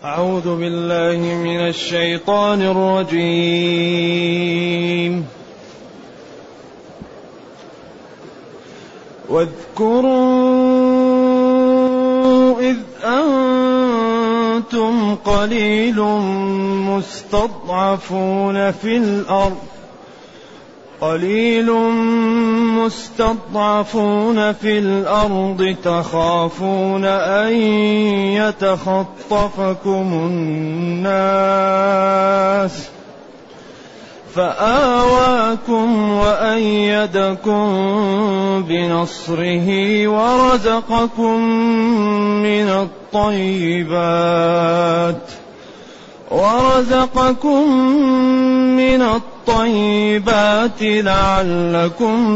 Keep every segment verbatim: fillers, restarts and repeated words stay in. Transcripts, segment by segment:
أعوذ بالله من الشيطان الرجيم. واذكروا إذ أنتم قليل مستضعفون في الأرض قليل مستضعفون في الأرض تخافون أن يتخطفكم الناس فآواكم وأيدكم بنصره ورزقكم من الطيبات ورزقكم من الطيبات لعلكم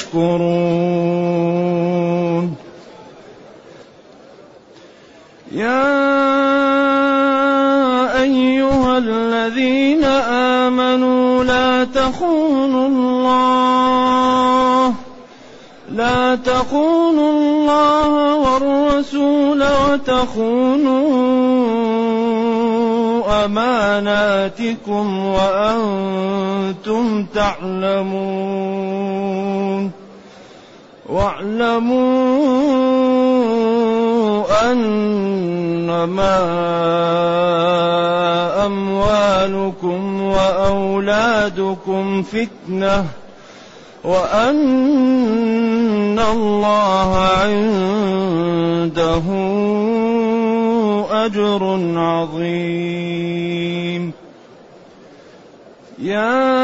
تشكرون. يا أيها الذين آمنوا لا تخونوا الله لا تخونوا الله والرسول وتخونوا أماناتكم وأنتم تعلمون واعلموا أنما أموالكم وأولادكم فتنة وأن الله عنده أجر عظيم. يا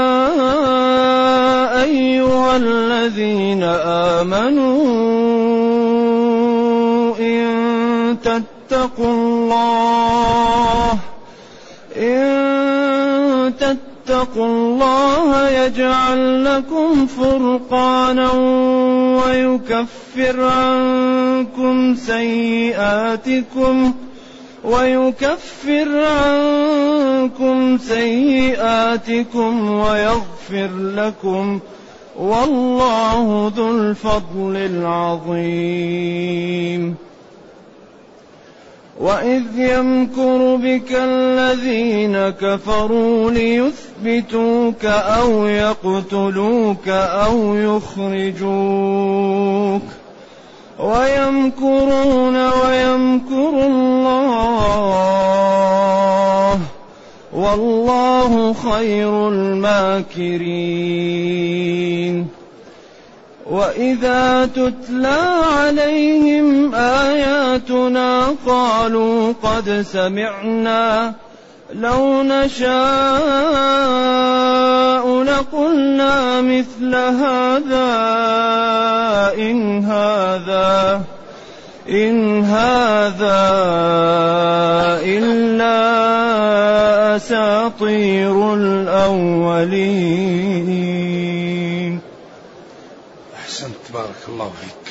أيها الذين آمنوا إن تتقوا الله إن تتقوا الله يجعل لكم فرقانا ويكفر عنكم سيئاتكم ويكفر عنكم سيئاتكم ويغفر لكم والله ذو الفضل العظيم. وإذ يمكر بك الذين كفروا ليثبتوك أو يقتلوك أو يخرجوك ويمكرون ويمكر الله والله خير الماكرين. وإذا تتلى عليهم آياتنا قالوا قد سمعنا لو نشاء لقلنا مثل هذا إن هذا إن هذا إلا أساطير الأولين. أحسنت، بارك الله فيك.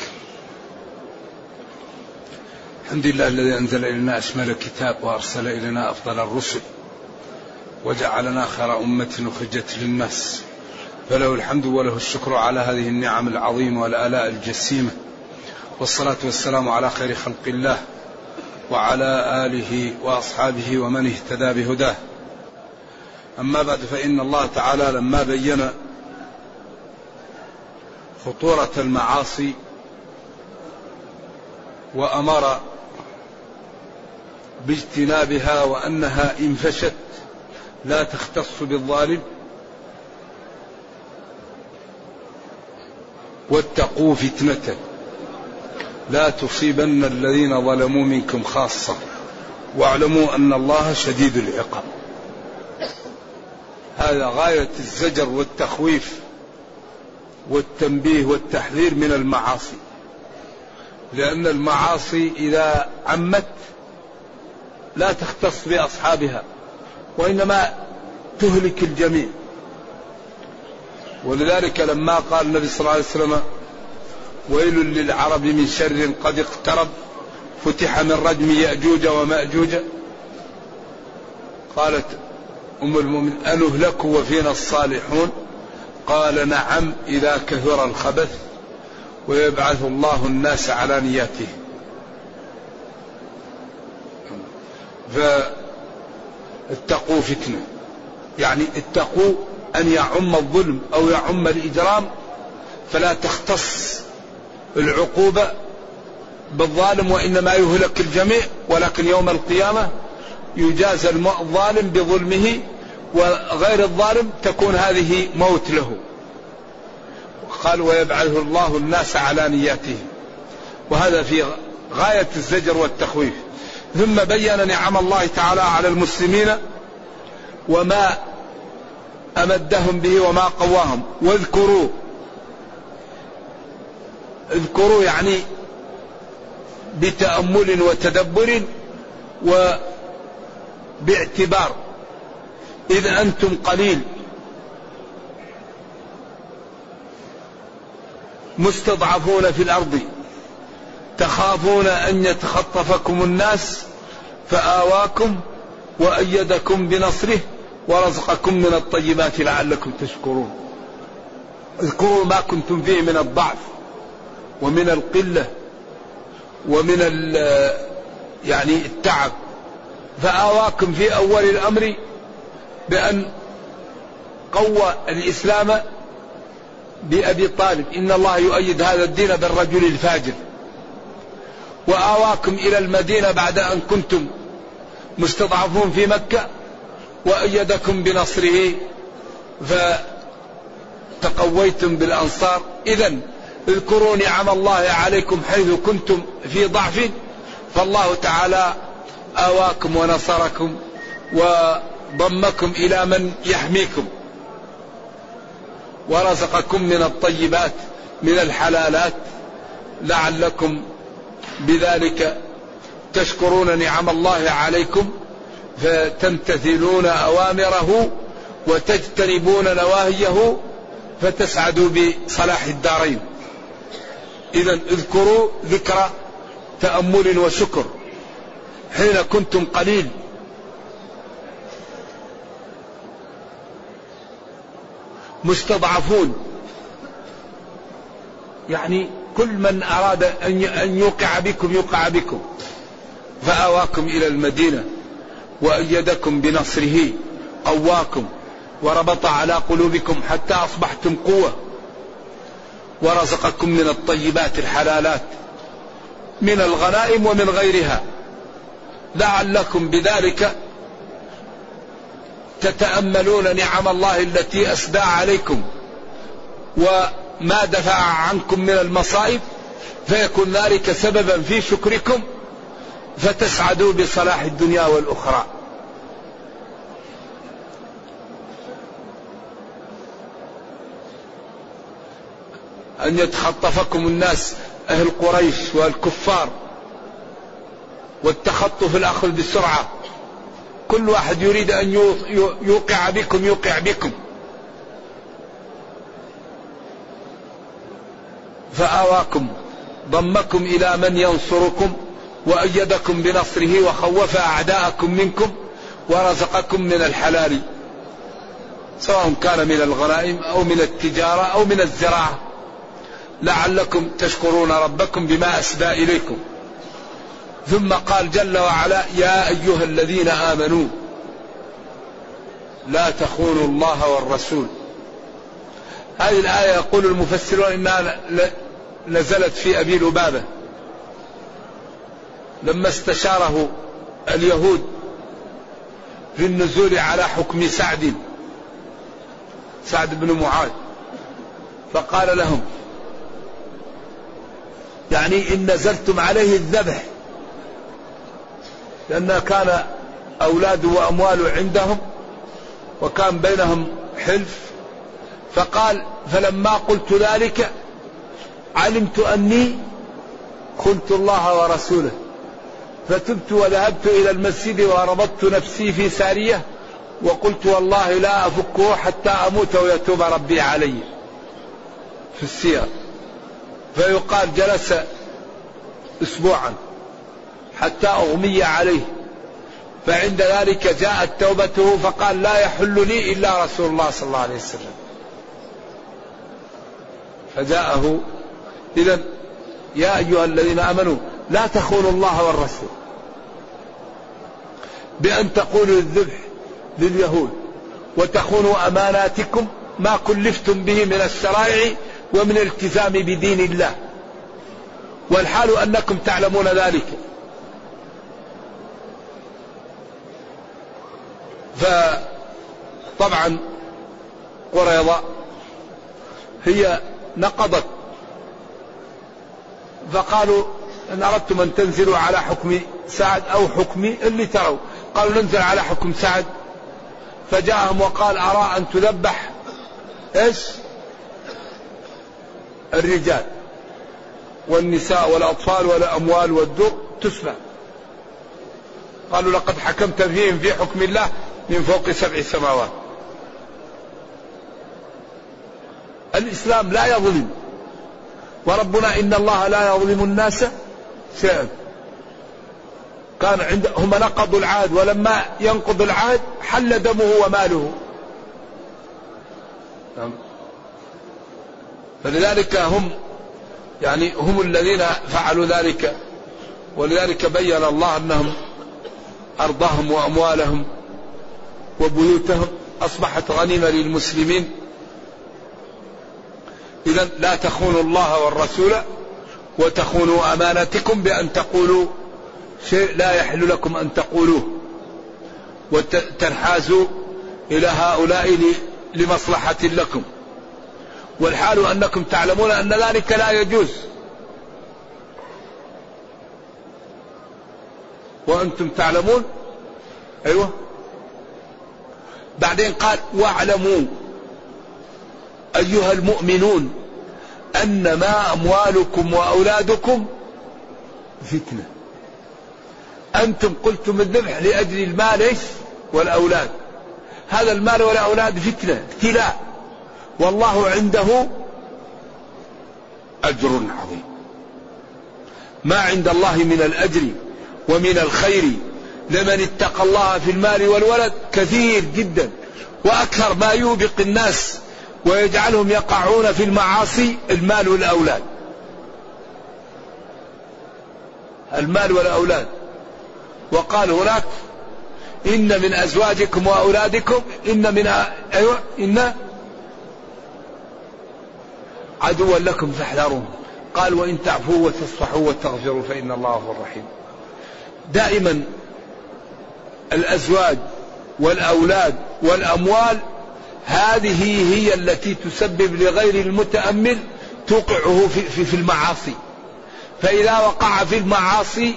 الحمد لله الذي أنزل إلينا أشمل الكتاب وأرسل إلينا أفضل الرسل وجعلنا خير أمة أخرجت للناس، فله الحمد وله الشكر على هذه النعم العظيمة والآلاء الجسيمة، والصلاة والسلام على خير خلق الله وعلى آله وأصحابه ومن اهتدى بهداه. أما بعد، فإن الله تعالى لما بين خطورة المعاصي وأمر باجتنابها وأنها إن فشت لا تختص بالظالم، واتقوا فتنة لا تصيبن الذين ظلموا منكم خاصة واعلموا أن الله شديد العقاب. هذا غاية الزجر والتخويف والتنبيه والتحذير من المعاصي، لأن المعاصي إذا عمت لا تختص بأصحابها وإنما تهلك الجميع. ولذلك لما قال النبي صلى الله عليه وسلم ويل للعرب من شر قد اقترب فتح من رجم يأجوج ومأجوج، قالت أم المؤمنين أنهلك وفينا الصالحون؟ قال نعم إذا كثر الخبث ويبعث الله الناس على نياته. فاتقوا فتنة، يعني اتقوا أن يعم الظلم أو يعم الإجرام، فلا تختص العقوبة بالظالم وإنما يهلك الجميع، ولكن يوم القيامة يجازى الظالم بظلمه، وغير الظالم تكون هذه موت له. قال ويبعث الله الناس على نياتهم، وهذا في غاية الزجر والتخويف. ثم بين نعم الله تعالى على المسلمين وما أمدهم به وما قواهم. واذكروا، اذكروا يعني بتأمل وتدبر وباعتبار، إذ أنتم قليل مستضعفون في الأرض تخافون أن يتخطفكم الناس فآواكم وأيدكم بنصره ورزقكم من الطيبات لعلكم تشكرون. اذكروا ما كنتم فيه من الضعف ومن القلة ومن يعني التعب، فآواكم في أول الأمر بأن قوى الإسلام بأبي طالب، إن الله يؤيد هذا الدين بالرجل الفاجر. وآواكم إلى المدينة بعد أن كنتم مستضعفون في مكة وأيدكم بنصره فتقويتم بالأنصار. إذن اذكروا نعم الله عليكم حيث كنتم في ضعف، فالله تعالى آواكم ونصركم وضمكم إلى من يحميكم، ورزقكم من الطيبات من الحلالات لعلكم بذلك تشكرون نعم الله عليكم فتمتثلون أوامره وتجتنبون نواهيه فتسعدوا بصلاح الدارين. إذن اذكروا ذكر تأمل وشكر حين كنتم قليل مستضعفون، يعني كل من أراد أن يوقع بكم يوقع بكم، فآواكم إلى المدينة وأيدكم بنصره قواكم وربط على قلوبكم حتى أصبحتم قوة، ورزقكم من الطيبات الحلالات من الغنائم ومن غيرها لعلكم بذلك تتأملون نعم الله التي أسدى عليكم وما دفع عنكم من المصائب، فيكون ذلك سببا في شكركم فتسعدوا بصلاح الدنيا والأخرى. أن يتخطفكم الناس أهل قريش والكفار والتخطف الأخذ بسرعة، كل واحد يريد أن يوقع بكم يوقع بكم، فآواكم ضمكم إلى من ينصركم وأيدكم بنصره وخوف أعداءكم منكم ورزقكم من الحلال، سواء كان من الغنائم أو من التجارة أو من الزراعة، لعلكم تشكرون ربكم بما أسدى إليكم. ثم قال جل وعلا يا أيها الذين آمنوا لا تخونوا الله والرسول. هذه الآية يقول المفسرون إنها نزلت في أبي لبابة لما استشاره اليهود في النزول على حكم سعد سعد بن معاذ، فقال لهم يعني إن نزلتم عليه الذبح، لأن كان أولاده وأمواله عندهم وكان بينهم حلف، فقال فلما قلت ذلك علمت أني خنت الله ورسوله فتبت وذهبت إلى المسجد وربطت نفسي في سارية وقلت والله لا أفكه حتى أموت ويتوب ربي علي في السير. فيقال جلس أسبوعا حتى أغمي عليه، فعند ذلك جاءت توبته فقال لا يحل لي إلا رسول الله صلى الله عليه وسلم فجاءه. إذن يا أيها الذين آمنوا لا تخونوا الله والرسول. بأن تقولوا الذبح لليهود وتخونوا أماناتكم ما كلفتم به من الشرائع ومن الالتزام بدين الله، والحال أنكم تعلمون ذلك. فطبعا قريظة هي نقضت، فقالوا إن أردتم أن تنزلوا على حكم سعد أو حكمي اللي تروا، قالوا ننزل على حكم سعد. فجاءهم وقال أرى أن تذبح إيش الرجال والنساء والأطفال والأموال والدر تسمع. قالوا لقد حكمت فيهم في حكم الله من فوق سبع سماوات. الإسلام لا يظلم، وربنا إن الله لا يظلم الناس شيئا. كان عند هم نقضوا العهد، ولما ينقض العهد حل دمه وماله. فلذلك هم يعني هم الذين فعلوا ذلك، ولذلك بين الله أنهم أرضهم وأموالهم وبيوتهم أصبحت غنيمة للمسلمين. إذن لا تخونوا الله والرسول وتخونوا أمانتكم بأن تقولوا شيء لا يحل لكم أن تقولوه، وتنحازوا إلى هؤلاء لمصلحة لكم، والحال أنكم تعلمون أن ذلك لا يجوز وأنتم تعلمون. أيوة. بعدين قال واعلموا أيها المؤمنون أنما أموالكم وأولادكم فتنة. أنتم قلتم الذبح لأجل المال إيش والأولاد، هذا المال والأولاد فتنة ابتلاء، والله عنده أجر عظيم. ما عند الله من الأجر ومن الخير لمن اتقى الله في المال والولد كثير جدا، وأكثر ما يوبق الناس ويجعلهم يقعون في المعاصي المال والأولاد. المال والأولاد. وقال هناك إن من أزواجكم وأولادكم إن من أيوة إن عدوا لكم فاحذروهم. قال وإن تعفوا وتصفحوا وتغفروا فإن الله غفور رحيم. دائما الأزواج والأولاد والأموال هذه هي التي تسبب لغير المتأمل توقعه في, في, في المعاصي. فإذا وقع في المعاصي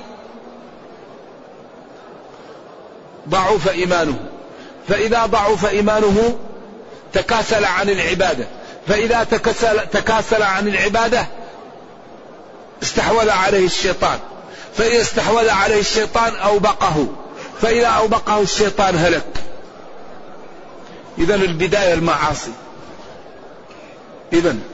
ضعف إيمانه، فإذا ضعف إيمانه تكاسل عن العبادة، فإذا تكاسل, تكاسل عن العبادة استحوذ عليه الشيطان، فإذا استحوذ عليه الشيطان أوبقه، فإذا أوبقه الشيطان هلك. إذن البداية المعاصي. إذن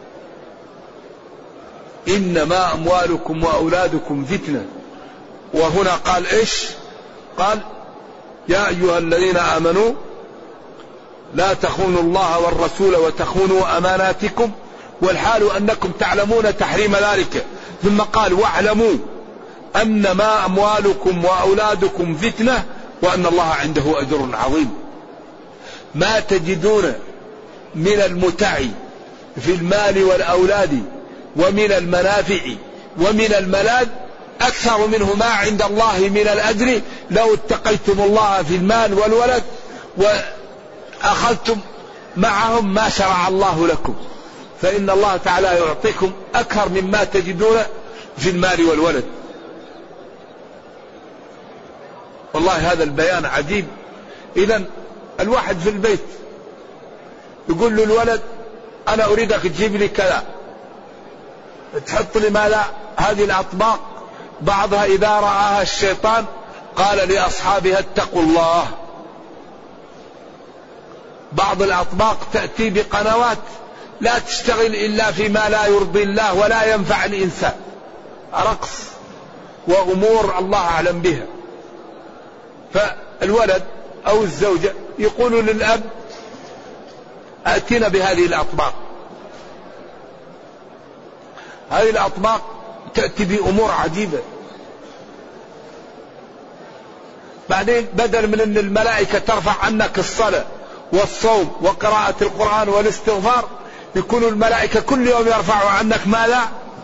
إنما أموالكم وأولادكم فتنة. وهنا قال إيش؟ قال يا أيها الذين آمنوا لا تخونوا الله والرسول وتخونوا أماناتكم والحال أنكم تعلمون تحريم ذلك. ثم قال واعلموا أنما أموالكم وأولادكم فتنة وأن الله عنده أجر عظيم. ما تجدون من المتع في المال والأولاد ومن المنافع ومن الملاذ أكثر منه ما عند الله من الأجر لو اتقيتم الله في المال والولد وأخذتم معهم ما شرع الله لكم، فإن الله تعالى يعطيكم أكثر مما تجدون في المال والولد. والله هذا البيان عجيب. إذن الواحد في البيت يقول له الولد أنا أريدك تجيب لي كذا، تحط لي ماذا هذه الأطباق بعضها إذا رآها الشيطان قال لأصحابها اتقوا الله. بعض الأطباق تأتي بقنوات لا تشتغل إلا فيما لا يرضي الله ولا ينفع الإنسان، رقص وأمور الله أعلم بها. فالولد أو الزوجة يقول للأب أتينا بهذه الأطباق. هذه الأطباق تأتي بأمور عجيبة، بعدين بدل من أن الملائكة ترفع عنك الصلاة والصوم وقراءة القرآن والاستغفار، يكون الملائكة كل يوم يرفعوا عنك ماذا؟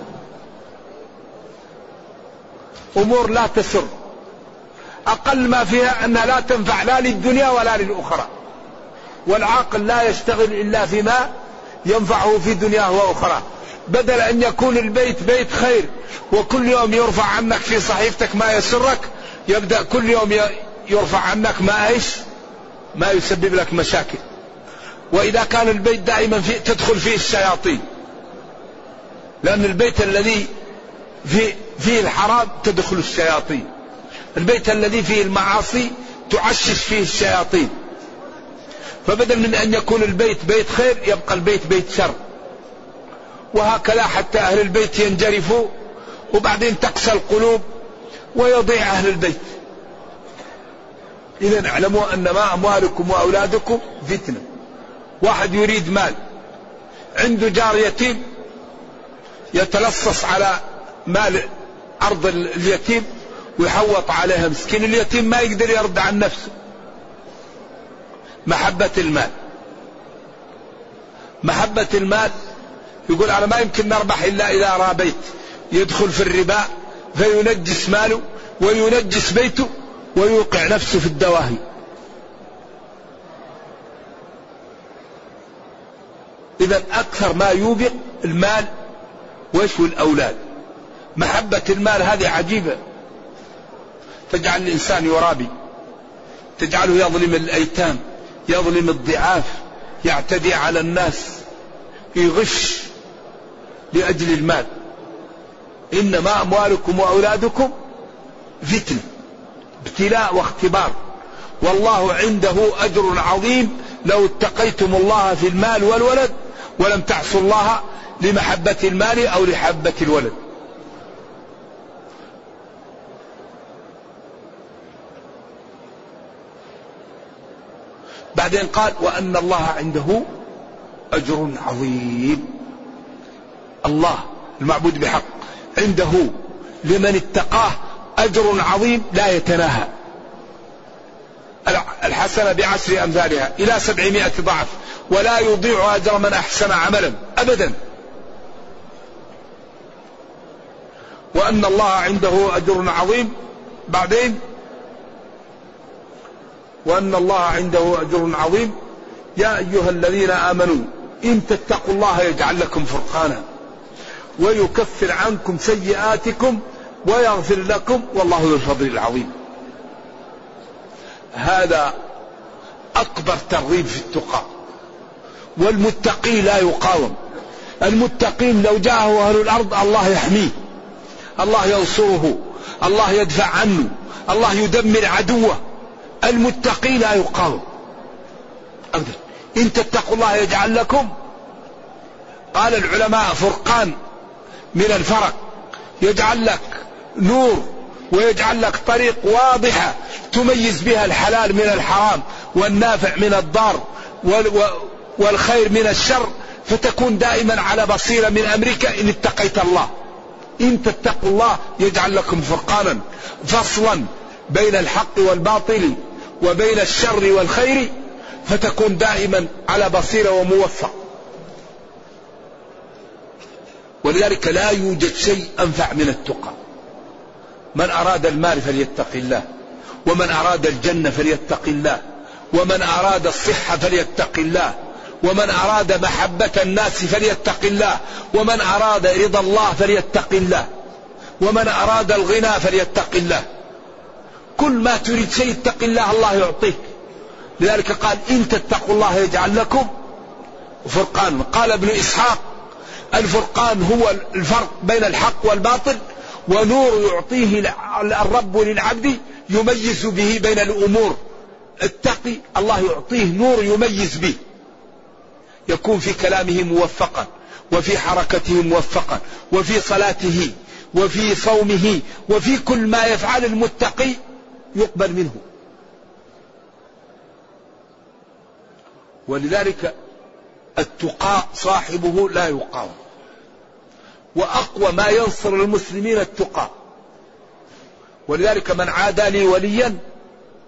أمور لا تسر، أقل ما فيها أنها لا تنفع لا للدنيا ولا للأخرى. والعاقل لا يشتغل إلا فيما ينفعه في دنياه وأخرى. بدل أن يكون البيت بيت خير وكل يوم يرفع عنك في صحيفتك ما يسرك، يبدأ كل يوم يرفع عنك ما إيش ما يسبب لك مشاكل. وإذا كان البيت دائما فيه تدخل فيه الشياطين، لأن البيت الذي فيه, فيه الحرام تدخل الشياطين، البيت الذي فيه المعاصي تعشش فيه الشياطين. فبدل من أن يكون البيت بيت خير يبقى البيت بيت شر. وهكذا حتى أهل البيت ينجرفوا وبعدين تقسى القلوب ويضيع أهل البيت. إذن اعلموا أنما أموالكم وأولادكم فتنة. واحد يريد مال، عنده جار يتيم يتلصص على مال أرض اليتيم ويحوط عليها مسكين، اليتيم ما يقدر يرد عن نفسه. محبة المال، محبة المال يقول أنا ما يمكن نربح إلا إذا رابيت، يدخل في الربا فينجس ماله وينجس بيته ويوقع نفسه في الدواهي. إذا أكثر ما يوبق المال وإيش الأولاد. محبة المال هذه عجيبة، تجعل الإنسان يرابي، تجعله يظلم الأيتام، يظلم الضعاف، يعتدي على الناس، يغش لأجل المال. إنما أموالكم وأولادكم فتنة، ابتلاء واختبار، والله عنده أجر عظيم لو اتقيتم الله في المال والولد ولم تعصوا الله لمحبة المال أو لحبة الولد. بعدين قال وأن الله عنده أجر عظيم. الله المعبود بحق عنده لمن اتقاه أجر عظيم لا يتناهى. الحسنة بعشر أمثالها إلى سبعمائة ضعف ولا يضيع أجر من أحسن عملا أبدا. وأن الله عنده أجر عظيم. بعدين وأن الله عنده أجر عظيم. يا أيها الذين آمنوا إن تتقوا الله يجعل لكم فرقانا ويكفر عنكم سيئاتكم ويغفر لكم والله ذو الفضل العظيم. هذا أكبر ترغيب في التقى. والمتقي لا يقاوم. المتقين لو جاءه أهل الأرض الله يحميه، الله ينصره، الله يدفع عنه، الله يدمر عدوه. المتقي لا يقاوم أبدا. إن تتقوا الله يجعل لكم، قال العلماء فرقان من الفرق، يجعل لك نور ويجعل لك طريق واضحة تميز بها الحلال من الحرام والنافع من الضار والخير من الشر، فتكون دائما على بصيرة من أمرك إن اتقيت الله. إن تتقوا الله يجعل لكم فرقانا، فصلا بين الحق والباطل وبين الشر والخير، فتكون دائما على بصيرة وموفق. ولذلك لا يوجد شيء أنفع من التقى. من أراد المال فليتق الله، ومن أراد الجنة فليتق الله، ومن أراد الصحة فليتق الله، ومن أراد محبة الناس فليتق الله، ومن أراد رضا الله فليتق الله، ومن أراد الغنى فليتق الله. كل ما تريد شيء اتق الله الله يعطيك. لذلك قال إن تتقوا الله يجعل لكم فرقان. قال ابن إسحاق الفرقان هو الفرق بين الحق والباطل، ونور يعطيه الرب للعبد يميز به بين الأمور. التقي الله يعطيه نور يميز به، يكون في كلامه موفقا، وفي حركته موفقا، وفي صلاته، وفي صومه، وفي كل ما يفعل المتقي يقبل منه. ولذلك التقى صاحبه لا يقاوم. وأقوى ما ينصر المسلمين التقى. ولذلك من عادى لي وليا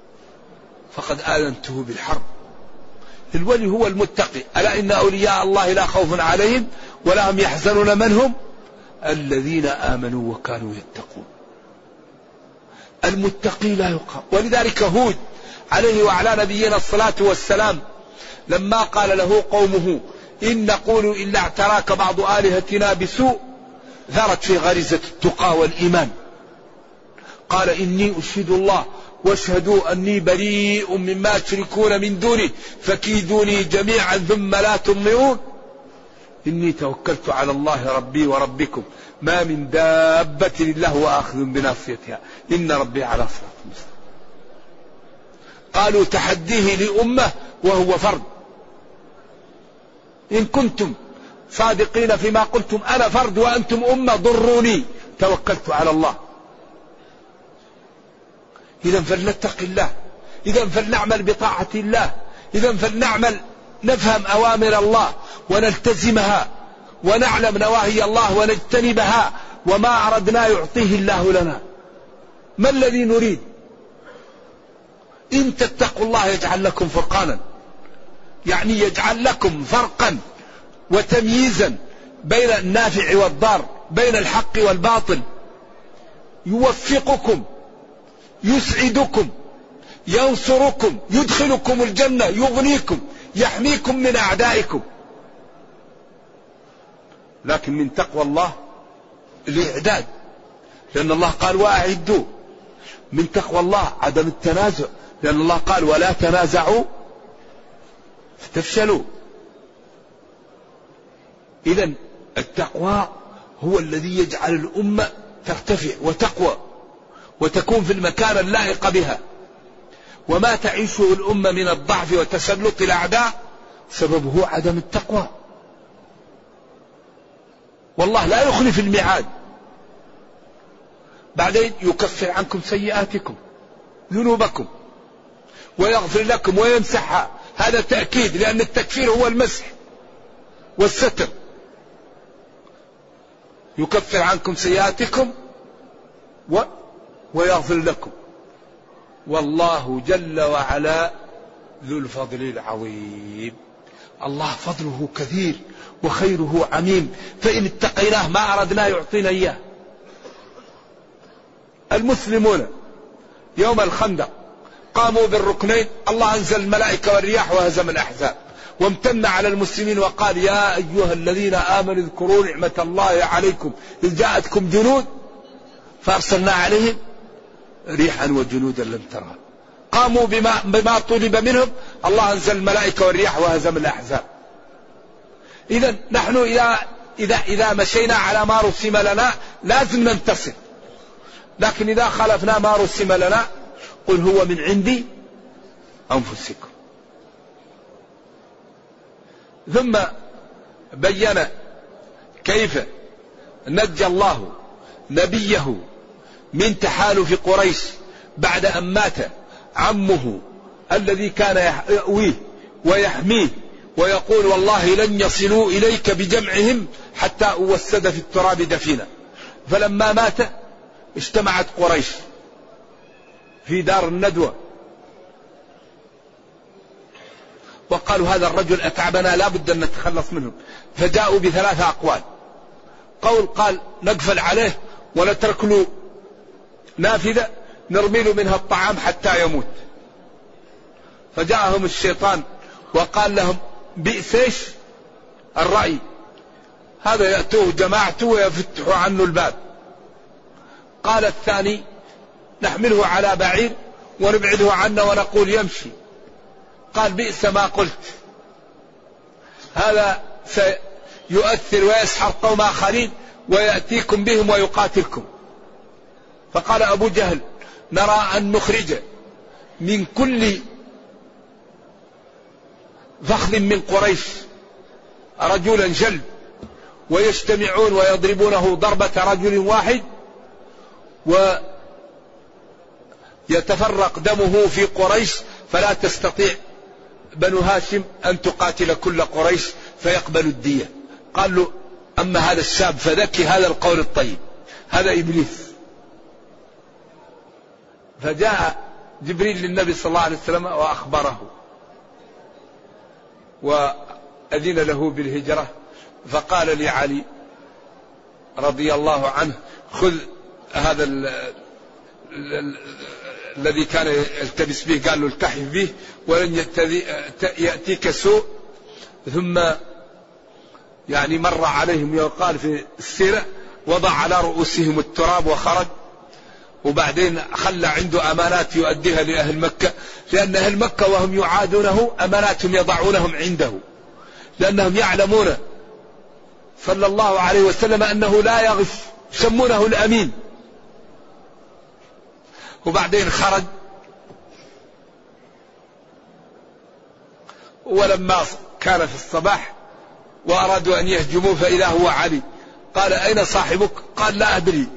فقد آذنته بالحرب. الولي هو المتقي. ألا إن أولياء الله لا خوف عليهم ولا هم يحزنون من هم الذين آمنوا وكانوا يتقون. المتقي لا يقام. ولذلك هود عليه وعلى نبينا الصلاة والسلام لما قال له قومه إن نقول إلا اعتراك بعض آلهتنا بسوء ثارت في غريزة التقى والإيمان. قال إني أشهد الله واشهدوا أني بريء مما تشركون من دوني فكيدوني جميعا ثم لا تنظرون إني توكلت على الله ربي وربكم ما من دابة إلا هو آخذ بناصيتها إن ربي على صراط مستقيم. قالوا تحديه لأمة وهو فرد. إن كنتم صادقين فيما قلتم أنا فرد وأنتم أمة ضروني توكلت على الله. إذا فلنتق الله، إذا فلنعمل بطاعة الله، إذا فلنعمل نفهم أوامر الله ونلتزمها ونعلم نواهي الله ونجتنبها وما أردنا يعطيه الله لنا. ما الذي نريد؟ إن تتقوا الله يجعل لكم فرقانا، يعني يجعل لكم فرقا وتمييزا بين النافع والضار، بين الحق والباطل، يوفقكم، يسعدكم، ينصركم، يدخلكم الجنة، يغنيكم، يحميكم من أعدائكم. لكن من تقوى الله الإعداد، لأن الله قال وأعدوا. من تقوى الله عدم التنازع، لأن الله قال ولا تنازعوا فتفشلوا. إذن التقوى هو الذي يجعل الأمة ترتفع وتقوى وتكون في المكان اللائق بها. وما تعيشه الأمة من الضعف وتسلط الأعداء سببه عدم التقوى. والله لا يخلف الميعاد. بعدين يكفر عنكم سيئاتكم ذنوبكم ويغفر لكم ويمسحها. هذا تأكيد، لأن التكفير هو المسح والستر. يكفر عنكم سيئاتكم و... ويغفر لكم. والله جل وعلا ذو الفضل العظيم. الله فضله كثير وخيره عميم، فإن اتقيناه ما أردنا يعطينا إياه. المسلمون يوم الخندق قاموا بالركنين، الله أنزل الملائكة والرياح وهزم الأحزاب، وامتن على المسلمين وقال يا أيها الذين آمنوا اذكروا نعمة الله عليكم إذ جاءتكم جنود فأرسلنا عليهم ريحا وجنودا لم ترها. قاموا بما, بما طلب منهم، الله أنزل الملائكة والرياح وهزم الأحزاب. إذا نحن إذا, إذا, إذا مشينا على ما رسم لنا لازم ننتصر، لكن إذا خالفنا ما رسم لنا قل هو من عندي أنفسكم. ثم بين كيف نجى الله نبيه من تحالف قريش بعد أن مات عمه الذي كان يأويه ويحميه ويقول والله لن يصلوا إليك بجمعهم حتى أوسد في التراب دفينا. فلما مات اجتمعت قريش في دار الندوة وقالوا هذا الرجل أتعبنا لا بد أن نتخلص منه. فجاءوا بثلاثة أقوال. قول قال نقفل عليه ونترك له نافذة نرمي له منها الطعام حتى يموت. فجاءهم الشيطان وقال لهم بئس ايش الرأي هذا، يأتوه جماعته ويفتحوا عنه الباب. قال الثاني نحمله على بعير ونبعده عنا ونقول يمشي. قال بئس ما قلت، هذا سيؤثر ويسحر قوم آخرين ويأتيكم بهم ويقاتلكم. فقال أبو جهل نرى أن نخرج من كل فخذ من قريش رجلا جلد ويجتمعون ويضربونه ضربة رجل واحد ويتفرق دمه في قريش فلا تستطيع بنو هاشم أن تقاتل كل قريش فيقبل الدية. قال له أما هذا الشاب فذكي هذا القول الطيب، هذا إبليس. فجاء جبريل للنبي صلى الله عليه وسلم وأخبره وأذن له بالهجرة، فقال لعلي رضي الله عنه خذ هذا ال ال ال الذي كان يلتبس به، قال له التحف به ولن يأتيك سوء. ثم يعني مر عليهم يقال في السيرة وضع على رؤوسهم التراب وخرج، وبعدين خلى عنده أمانات يؤديها لأهل مكة، لأن أهل مكة وهم يعادونه أماناتهم يضعونهم عنده، لأنهم يعلمون صلى الله عليه وسلم أنه لا يغش، يسمونه الأمين. وبعدين خرج، ولما كان في الصباح وأرادوا أن يهجموه فإذا هو علي، قال أين صاحبك؟ قال لا أدري.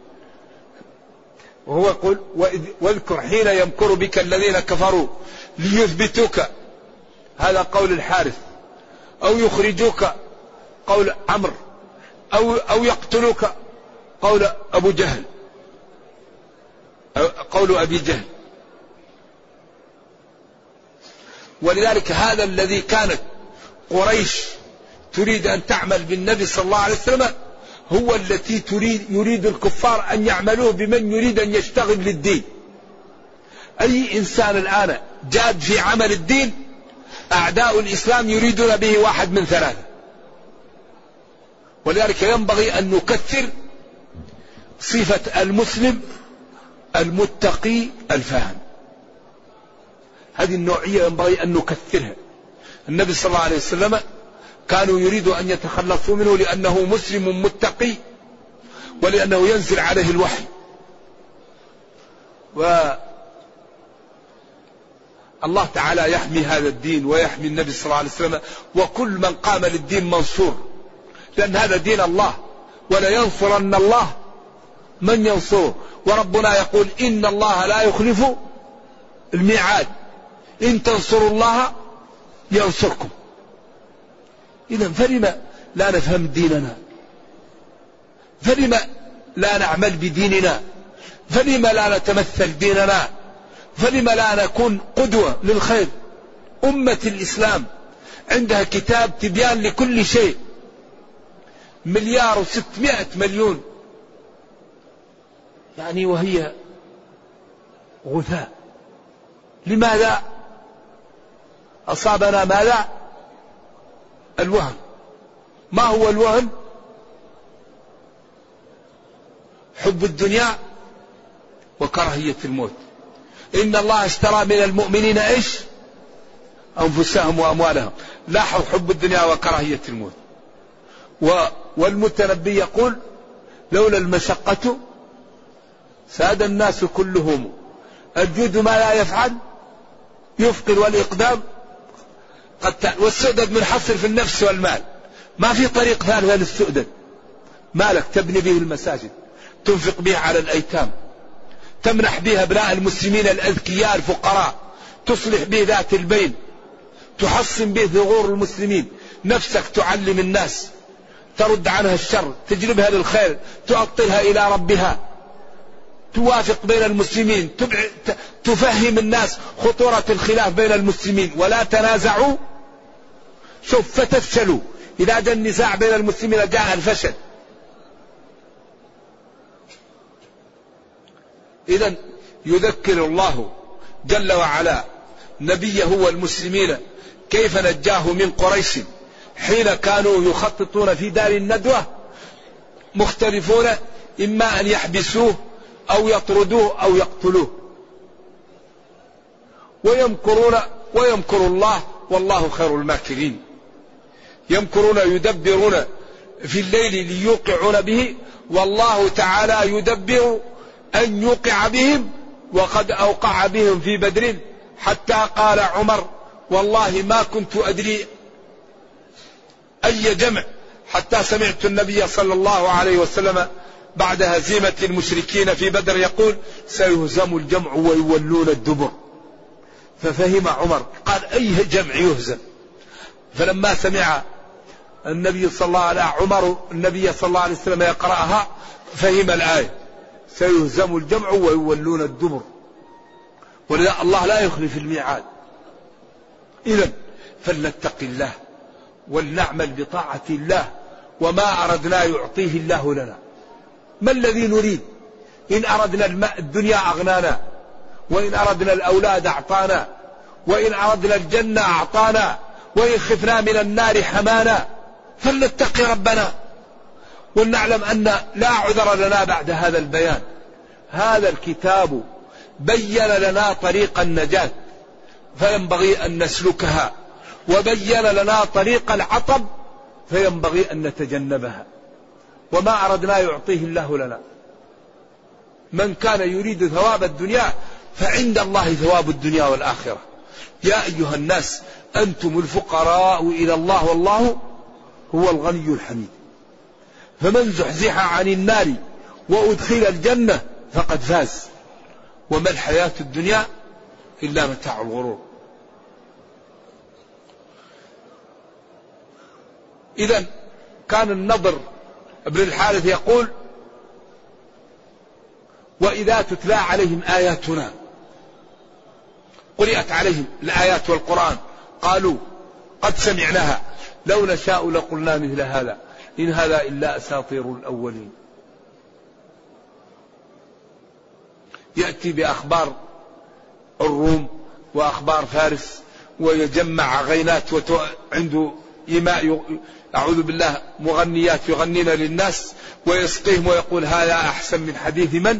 وهو يقول واذكر حين يمكر بك الذين كفروا ليثبتوك، هذا قول الحارث، أو يخرجوك قول عمرو، أو, أو يقتلوك قول أبو جهل، قول أبي جهل. ولذلك هذا الذي كانت قريش تريد أن تعمل بالنبي صلى الله عليه وسلم هو التي تريد يريد الكفار أن يعملوه بمن يريد أن يشتغل للدين. أي إنسان الآن جاد في عمل الدين أعداء الإسلام يريدون به واحد من ثلاثة. ولذلك ينبغي أن نكثر صفة المسلم المتقي الفاهم، هذه النوعية ينبغي أن نكثرها. النبي صلى الله عليه وسلم كانوا يريدوا أن يتخلصوا منه لأنه مسلم متقي، ولأنه ينزل عليه الوحي. والله تعالى يحمي هذا الدين ويحمي النبي صلى الله عليه وسلم، وكل من قام للدين منصور، لأن هذا دين الله، ولا ينصرن الله من ينصره. وربنا يقول إن الله لا يخلف الميعاد، إن تنصروا الله ينصركم. إذا فلما لا نفهم ديننا؟ فلما لا نعمل بديننا؟ فلما لا نتمثل ديننا؟ فلما لا نكون قدوة للخير؟ أمة الإسلام عندها كتاب تبيان لكل شيء، مليار وستمائة مليون يعني، وهي غثاء. لماذا أصابنا ماذا؟ الوهن. ما هو الوهن؟ حب الدنيا وكراهية الموت. إن الله اشترى من المؤمنين إيش؟ أنفسهم وأموالهم. لاحظوا حب الدنيا وكراهية الموت. والمتنبي يقول لولا المشقة ساد الناس كلهم، الجود ما لا يفعل يفقر، والإقدام قد، والسؤدد منحصر في النفس والمال، ما في طريق ثالث للسؤدد. مالك تبني به المساجد، تنفق به على الأيتام، تمنح به أبناء المسلمين الأذكياء الفقراء، تصلح به ذات البين، تحصن به ثغور المسلمين. نفسك تعلم الناس، ترد عنها الشر، تجلبها للخير، تؤطلها إلى ربها، توافق بين المسلمين، تفهم الناس خطورة الخلاف بين المسلمين، ولا تنازعوا شوف فتفشلوا. إذا جاء النزاع بين المسلمين جاء الفشل. إذن يذكر الله جل وعلا نبيه والمسلمين كيف نجاه من قريش حين كانوا يخططون في دار الندوة مختلفون، إما أن يحبسوه أو يطردوه أو يقتلوه. ويمكرون ويمكر الله والله خير الماكرين. يمكرون يدبرون في الليل ليوقعون به، والله تعالى يدبر أن يوقع بهم، وقد أوقع بهم في بدر، حتى قال عمر والله ما كنت أدري أي جمع حتى سمعت النبي صلى الله عليه وسلم بعد هزيمة المشركين في بدر يقول سيهزم الجمع ويولون الدبر. ففهم عمر قال أي جمع يهزم؟ فلما سمع النبي صلى الله عليه عمر النبي صلى الله عليه وسلم يقرأها فهم الآية سيهزم الجمع ويولون الدبر. ولذا الله لا يخلف الميعاد. إذن فلنتق الله ولنعمل بطاعة الله، وما أردنا يعطيه الله لنا. ما الذي نريد؟ إن أردنا الدنيا أغنانا، وإن أردنا الأولاد أعطانا، وإن أردنا الجنة أعطانا، وإن خفنا من النار حمانا. فلنتقي ربنا ولنعلم أن لا عذر لنا بعد هذا البيان. هذا الكتاب بين لنا طريق النجاة فينبغي أن نسلكها، وبين لنا طريق العطب فينبغي أن نتجنبها. وما أردنا يعطيه الله لنا. من كان يريد ثواب الدنيا فعند الله ثواب الدنيا والآخرة. يا أيها الناس أنتم الفقراء إلى الله والله هو الغني الحميد. فمن زحزح عن النار وأدخل الجنة فقد فاز، وما الحياة الدنيا إلا متاع الغرور. إذن كان النضر ابن الحارث يقول: وإذا تتلى عليهم آياتنا، قرأت عليهم الآيات والقرآن، قالوا قد سمعناها لو نشاء لقلنا مثل هذا إن هذا إلا أساطير الأولين. يأتي بأخبار الروم وأخبار فارس ويجمع غينات عنده إيماء، أعوذ بالله، مغنيات يغنين للناس ويسقيهم ويقول هذا أحسن من حديث من؟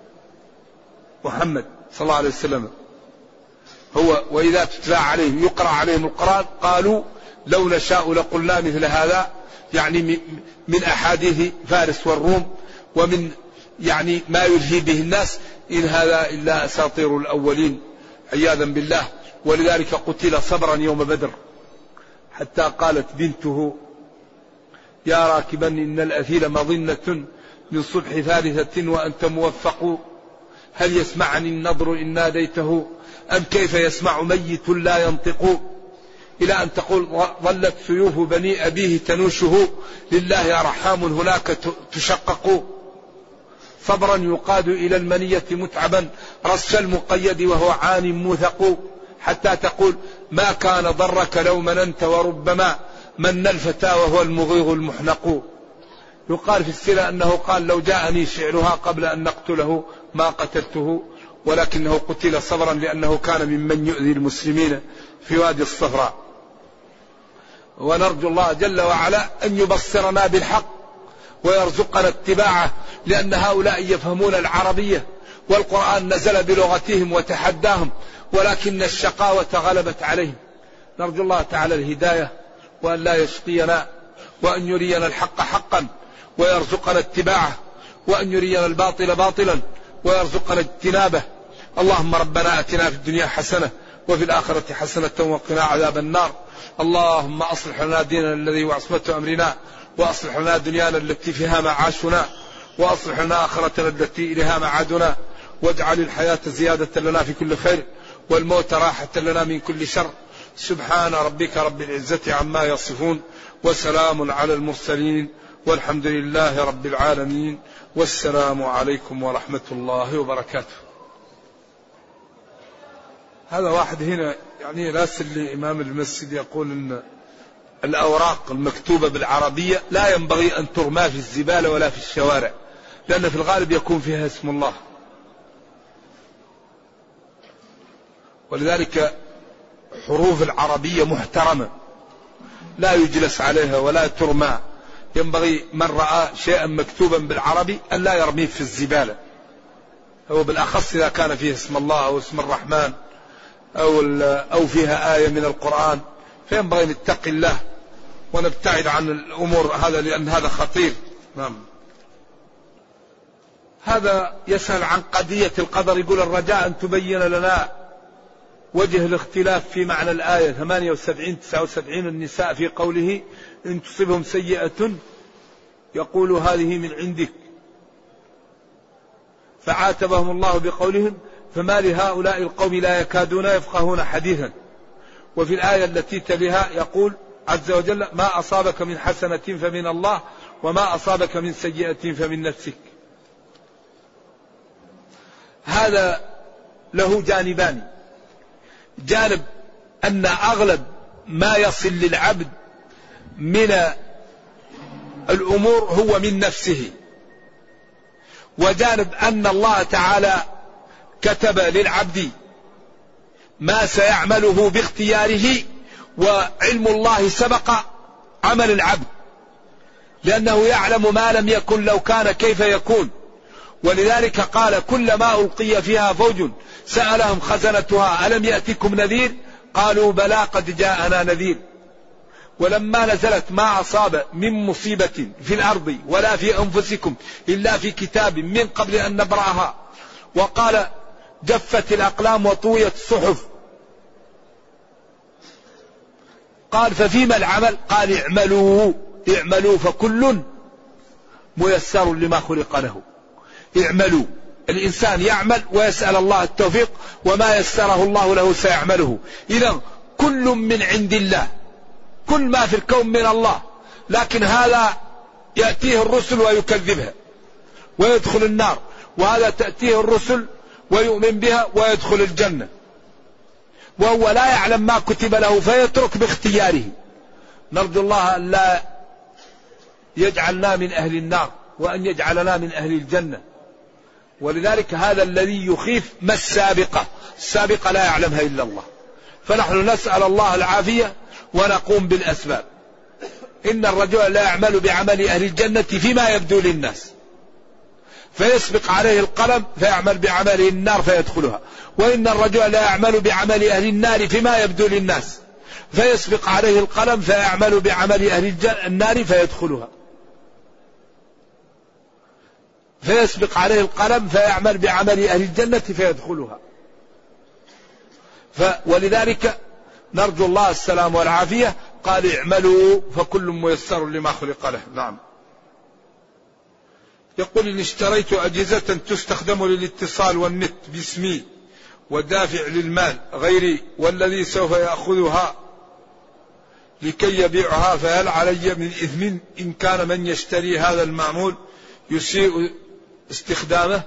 محمد صلى الله عليه وسلم. هو وإذا تتلى عليهم يقرأ عليهم القرآن قالوا لو نشاء لقلنا مثل هذا، يعني من أحاديث فارس والروم ومن يعني ما يلهي به الناس، إن هذا إلا أساطير الأولين عياذا بالله. ولذلك قتل صبرا يوم بدر، حتى قالت بنته: يا راكبا إن الأثيل مظنة من صبح ثالثة وأنت موفق، هل يسمعني النضر إن ناديته أم كيف يسمع ميت لا ينطق. إلى أن تقول: ظلت سيوف بني أبيه تنوشه لله يا رحام هناك تشقق، صبرا يقاد إلى المنية متعبا رش المقيد وهو عان موثق، حتى تقول: ما كان ضرك لو مننت وربما من الفتى وهو المغيظ المحنق. يقال في السيرة أنه قال: لو جاءني شعرها قبل أن نقتله ما قتلته، ولكنه قتل صبرا لأنه كان ممن يؤذي المسلمين في وادي الصفراء. ونرجو الله جل وعلا أن يبصرنا بالحق ويرزقنا اتباعه، لأن هؤلاء يفهمون العربية والقرآن نزل بلغتهم وتحداهم، ولكن الشقاوة غلبت عليهم. نرجو الله تعالى الهداية وأن لا يشقينا، وأن يرينا الحق حقا ويرزقنا اتباعه، وأن يرينا الباطل باطلا ويرزقنا اجتنابه. اللهم ربنا أتنا في الدنيا حسنة وفي الآخرة حسنة وقنا عذاب النار. اللهم أصلح لنا ديننا الذي هو عصمة أمرنا، وأصلح لنا دنيانا التي فيها معاشنا، وأصلح لنا آخرتنا التي إليها معادنا، واجعل الحياة زيادة لنا في كل خير والموت راحة لنا من كل شر. سبحان ربك رب العزة عما يصفون، وسلام على المرسلين، والحمد لله رب العالمين، والسلام عليكم ورحمة الله وبركاته. هذا واحد هنا يعني راسل لإمام المسجد يقول أن الأوراق المكتوبة بالعربية لا ينبغي أن ترمى في الزبالة ولا في الشوارع، لأن في الغالب يكون فيها اسم الله. ولذلك حروف العربية محترمة لا يجلس عليها ولا ترمى. ينبغي من رأى شيئا مكتوبا بالعربي أن لا يرميه في الزبالة، هو بالأخص إذا كان فيه اسم الله أو اسم الرحمن أو, أو فيها آية من القرآن، فينبغي نتقي الله ونبتعد عن الأمور هذا، لأن هذا خطير. نعم. هذا يسأل عن قضية القدر، يقول: الرجاء أن تبين لنا وجه الاختلاف في معنى الآية ثمانية وسبعين تسعة وسبعين النساء في قوله: إن تصبهم سيئة يقول هذه من عندك، فعاتبهم الله بقولهم: فما لهؤلاء القوم لا يكادون يفقهون حديثا. وفي الآية التي تليها يقول عز وجل: ما أصابك من حسنة فمن الله وما أصابك من سيئة فمن نفسك. هذا له جانبان: جانب أن أغلب ما يصل للعبد من الأمور هو من نفسه، وجانب أن الله تعالى كتب للعبد ما سيعمله باختياره، وعلم الله سبق عمل العبد، لأنه يعلم ما لم يكن لو كان كيف يكون. ولذلك قال: كلما ألقي فيها فوج سألهم خزنتها ألم يأتكم نذير قالوا بلى قد جاءنا نذير. ولما نزلت ما أصاب من مصيبة في الأرض ولا في أنفسكم إلا في كتاب من قبل أن نبرأها، وقال: جفت الأقلام وطويت الصحف. قال: ففيما العمل؟ قال: اعملوا اعملوا فكل ميسر لما خلق له. اعملوا، الإنسان يعمل ويسأل الله التوفيق، وما يسره الله له سيعمله. إذا كل من عند الله، كل ما في الكون من الله، لكن هذا يأتيه الرسل ويكذبها ويدخل النار، وهذا تأتيه الرسل ويؤمن بها ويدخل الجنة، وهو لا يعلم ما كتب له فيترك باختياره. نرجو الله أن لا يجعلنا من أهل النار وأن يجعلنا من أهل الجنة. ولذلك هذا الذي يخيف ما السابقة، السابقة لا يعلمها إلا الله، فنحن نسأل الله العافية ونقوم بالأسباب. إن الرجل لا يعمل بعمل أهل الجنة فيما يبدو للناس، فيسبق عليه القلم فيعمل بعمل النار فيدخلها. وإن الرجل لا يعمل بعمل أهل النار فيما يبدو للناس، فيسبق عليه القلم فيعمل بعمل أهل النار فيدخلها. فيسبق عليه القلم فيعمل بعمل أهل الجنة فيدخلها. ف ولذلك نرجو الله السلام والعافية. قال: اعملوا فكل ميسر لما خلق له. نعم. يقول: إن اشتريت أجهزة تستخدم للاتصال والنت باسمي ودافع للمال غيري، والذي سوف يأخذها لكي يبيعها، فهل علي من إثم إن كان من يشتري هذا المعمول يسيء استخدامه؟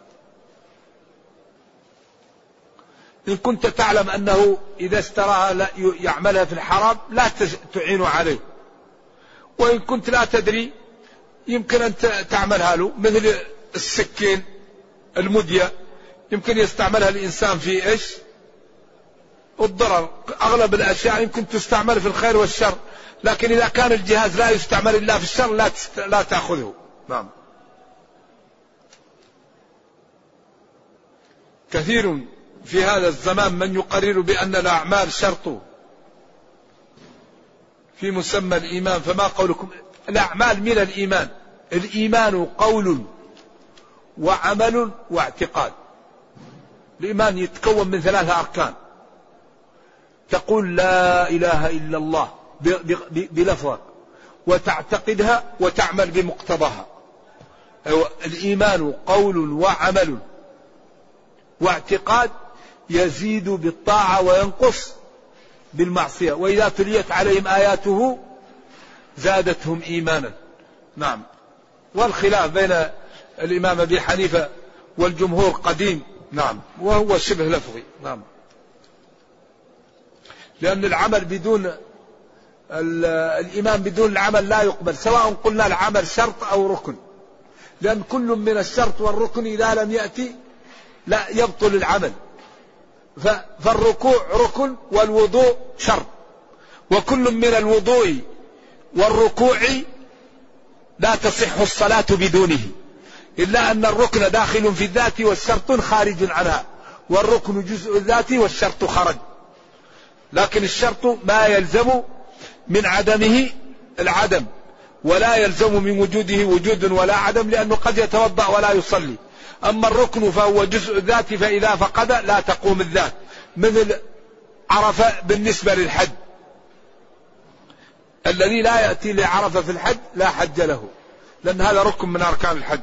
إن كنت تعلم أنه إذا اشتراها لا يعملها في الحرام لا تعين عليه، وإن كنت لا تدري يمكن أن تعملها له، مثل السكين المدية يمكن يستعملها الإنسان في إيش؟ الضرر. أغلب الأشياء يمكن تستعمل في الخير والشر، لكن إذا كان الجهاز لا يستعمل إلا في الشر لا لا تأخذه. نعم. كثير في هذا الزمان من يقرر بأن الأعمال شرط في مسمى الإيمان، فما قولكم؟ الأعمال من الإيمان. الإيمان قول وعمل واعتقاد. الإيمان يتكون من ثلاثة أركان: تقول لا إله إلا الله بلفظك وتعتقدها وتعمل بمقتضاها. الإيمان قول وعمل واعتقاد، يزيد بالطاعة وينقص بالمعصية، وإذا تليت عليهم آياته زادتهم إيمانا. نعم. والخلاف بين الإمام أبي حنيفة والجمهور قديم، نعم، وهو شبه لفظي. نعم. لأن العمل بدون الإيمان بدون العمل لا يقبل، سواء قلنا العمل شرط أو ركن، لأن كل من الشرط والركن إذا لم يأتي لا يبطل العمل. فالركوع ركن والوضوء شرط، وكل من الوضوء والركوع لا تصح الصلاة بدونه، إلا أن الركن داخل في الذات والشرط خارج عنها، والركن جزء الذات والشرط خرج. لكن الشرط ما يلزم من عدمه العدم، ولا يلزم من وجوده وجود ولا عدم، لأنه قد يتوضأ ولا يصلي. أما الركن فهو جزء الذات، فإذا فقد لا تقوم الذات، مثل عرفة بالنسبة للحج. الذي لا يأتي لعرفة في الحج لا حج له، لأن هذا ركن من أركان الحج.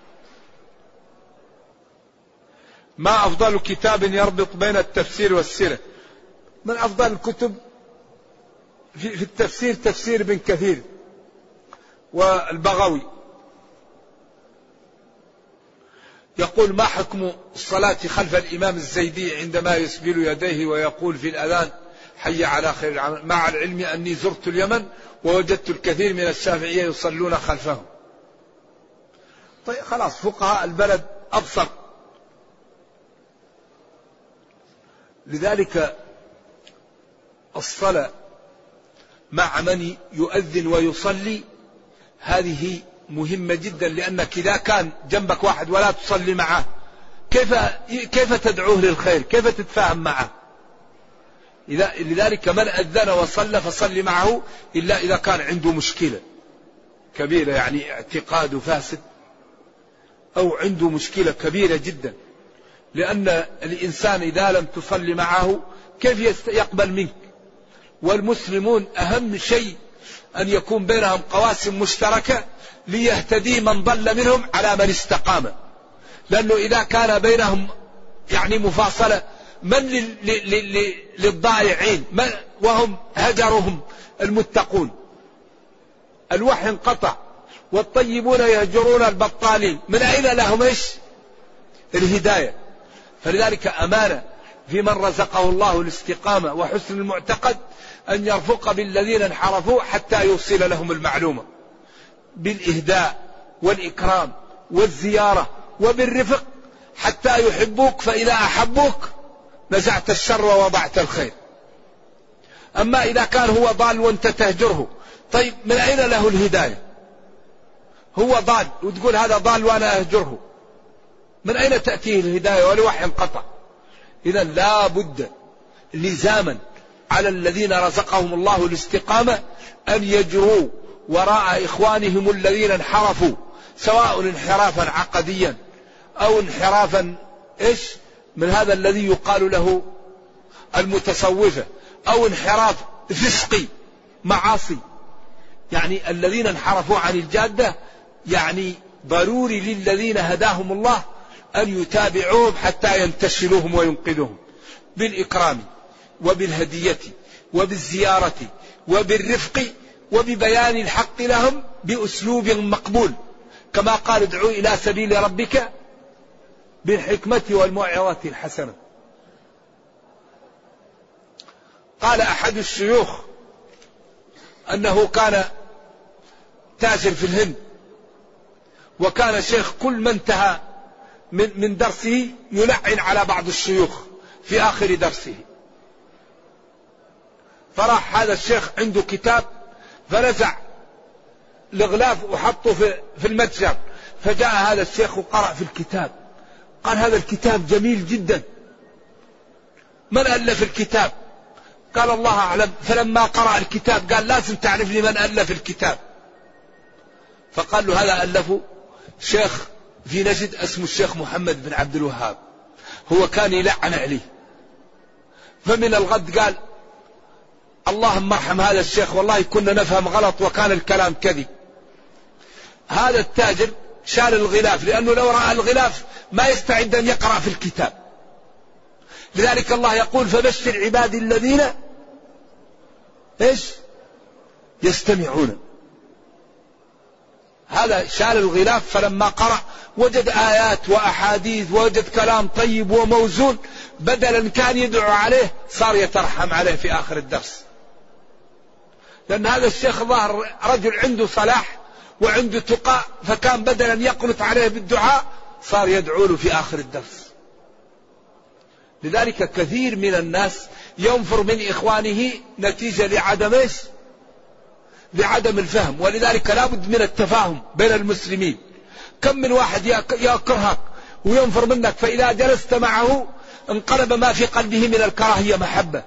ما أفضل كتاب يربط بين التفسير والسيرة؟ من أفضل الكتب في التفسير تفسير ابن كثير والبغوي. يقول: ما حكم الصلاة خلف الإمام الزيدي عندما يسبل يديه ويقول في الأذان حي على خير العمل، مع العلم أني زرت اليمن ووجدت الكثير من الشافعية يصلون خلفهم. طيب خلاص، فقهاء البلد أبصر. لذلك الصلاة مع من يؤذن ويصلي هذه مهمة جدا، لأنك إذا كان جنبك واحد ولا تصلي معه كيف كيف تدعوه للخير؟ كيف تتفاهم معه؟ إذا لذلك من أذن وصلى فصلي معه، إلا إذا كان عنده مشكلة كبيرة، يعني اعتقاد فاسد، أو عنده مشكلة كبيرة جدا. لأن الإنسان إذا لم تصلي معه كيف يقبل منك؟ والمسلمون أهم شيء أن يكون بينهم قواسم مشتركة ليهتدي من ضل منهم على من استقام. لأنه إذا كان بينهم يعني مفاصلة، من للضائعين وهم هجرهم المتقون؟ الوحي انقطع، والطيبون يهجرون البطالين، من أين لهم إيش؟ الهداية. فلذلك أمانة في من رزقه الله الاستقامة وحسن المعتقد أن يرفق بالذين انحرفوا حتى يوصل لهم المعلومة بالإهداء والإكرام والزيارة وبالرفق حتى يحبوك، فإذا أحبوك نزعت الشر ووضعت الخير. أما إذا كان هو ضال وأنت تهجره، طيب من أين له الهداية؟ هو ضال وتقول هذا ضال وأنا أهجره، من أين تأتيه الهداية والوحي انقطع؟ إذا لا بد لزاما على الذين رزقهم الله الاستقامة أن يجروا وراء إخوانهم الذين انحرفوا، سواء انحرافا عقديا أو انحرافا إيش من هذا الذي يقال له المتصوفة، أو انحراف فسقي معاصي. يعني الذين انحرفوا عن الجادة، يعني ضروري للذين هداهم الله أن يتابعوهم حتى ينتشلوهم وينقذوهم بالإكرام وبالهدية وبالزيارة وبالرفق وببيان الحق لهم بأسلوب مقبول، كما قال: ادعوا إلى سبيل ربك بالحكمة والموعظة الحسنة. قال أحد الشيوخ أنه كان تاجر في الهند، وكان شيخ كل ما انتهى من, من درسه يلعن على بعض الشيوخ في آخر درسه. فراح هذا الشيخ عنده كتاب فنزع الغلاف وحطه في, في المتجر، فجاء هذا الشيخ وقرأ في الكتاب، قال: هذا الكتاب جميل جدا، من ألف الكتاب؟ قال: الله أعلم. فلما قرأ الكتاب قال: لازم تعرف لي من ألف الكتاب. فقال له: هذا ألفه شيخ في نجد اسمه الشيخ محمد بن عبد الوهاب، هو كان يلعن عليه. فمن الغد قال: اللهم ارحم هذا الشيخ، والله كنا نفهم غلط وكان الكلام كذب. هذا التاجر شال الغلاف، لأنه لو رأى الغلاف ما يستعد أن يقرأ في الكتاب. لذلك الله يقول: فبشر عبادي الذين إيش يستمعون. هذا شال الغلاف، فلما قرأ وجد آيات وأحاديث ووجد كلام طيب وموزون، بدلا كان يدعو عليه صار يترحم عليه في آخر الدرس. لأن هذا الشيخ ظهر رجل عنده صلاح وعنده تقى، فكان بدلا يقنط عليه بالدعاء صار يدعو له في آخر الدرس. لذلك كثير من الناس ينفر من إخوانه نتيجة لعدم إيش؟ لعدم الفهم. ولذلك لا بد من التفاهم بين المسلمين. كم من واحد يكرهك وينفر منك، فإذا جلست معه انقلب ما في قلبه من الكراهية محبة.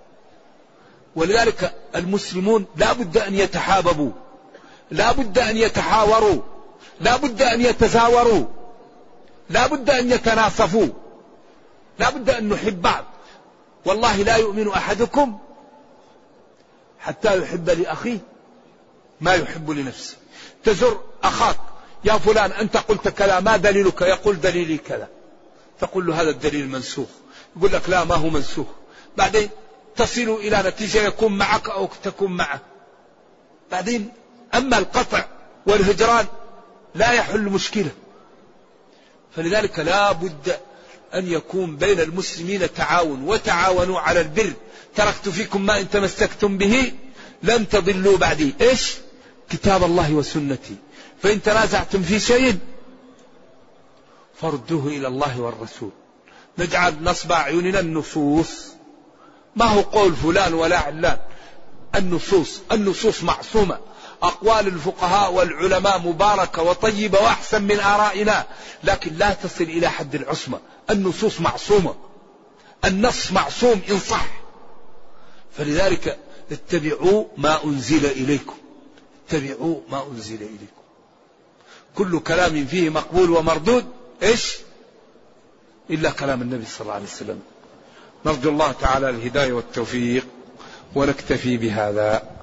ولذلك المسلمون لا بد أن يتحاببوا، لا بد أن يتحاوروا، لا بد أن يتزاوروا، لا بد أن يتناصفوا، لا بد أن نحب بعض. والله لا يؤمن أحدكم حتى يحب لأخيه ما يحب لنفسه. تزر أخاك: يا فلان أنت قلت كذا، ما دليلك؟ يقول: دليلي كذا. تقول له: هذا الدليل منسوخ. يقول لك: لا، ما هو منسوخ. بعدين تصل إلى نتيجة يكون معك أو تكون معه. بعدين أما القطع والهجران لا يحل مشكلة. فلذلك لا بد أن يكون بين المسلمين تعاون، وتعاونوا على البر. تركت فيكم ما إن تمسكتم به لن تضلوا بعدي، إيش؟ كتاب الله وسنتي. فإن تنازعتم في شيء فردوه إلى الله والرسول. نجعل نصب أعيننا النصوص، ما هو قول فلان ولا علان، النصوص. النصوص معصومة، أقوال الفقهاء والعلماء مباركة وطيبة وأحسن من آرائنا، لكن لا تصل إلى حد العصمة. النصوص معصومة، النص معصوم إن صح. فلذلك اتبعوا ما أنزل إليكم، اتبعوا ما أنزل إليكم. كل كلام فيه مقبول ومردود، إيش؟ إلا كلام النبي صلى الله عليه وسلم. نرجو الله تعالى الهداية والتوفيق، ونكتفي بهذا.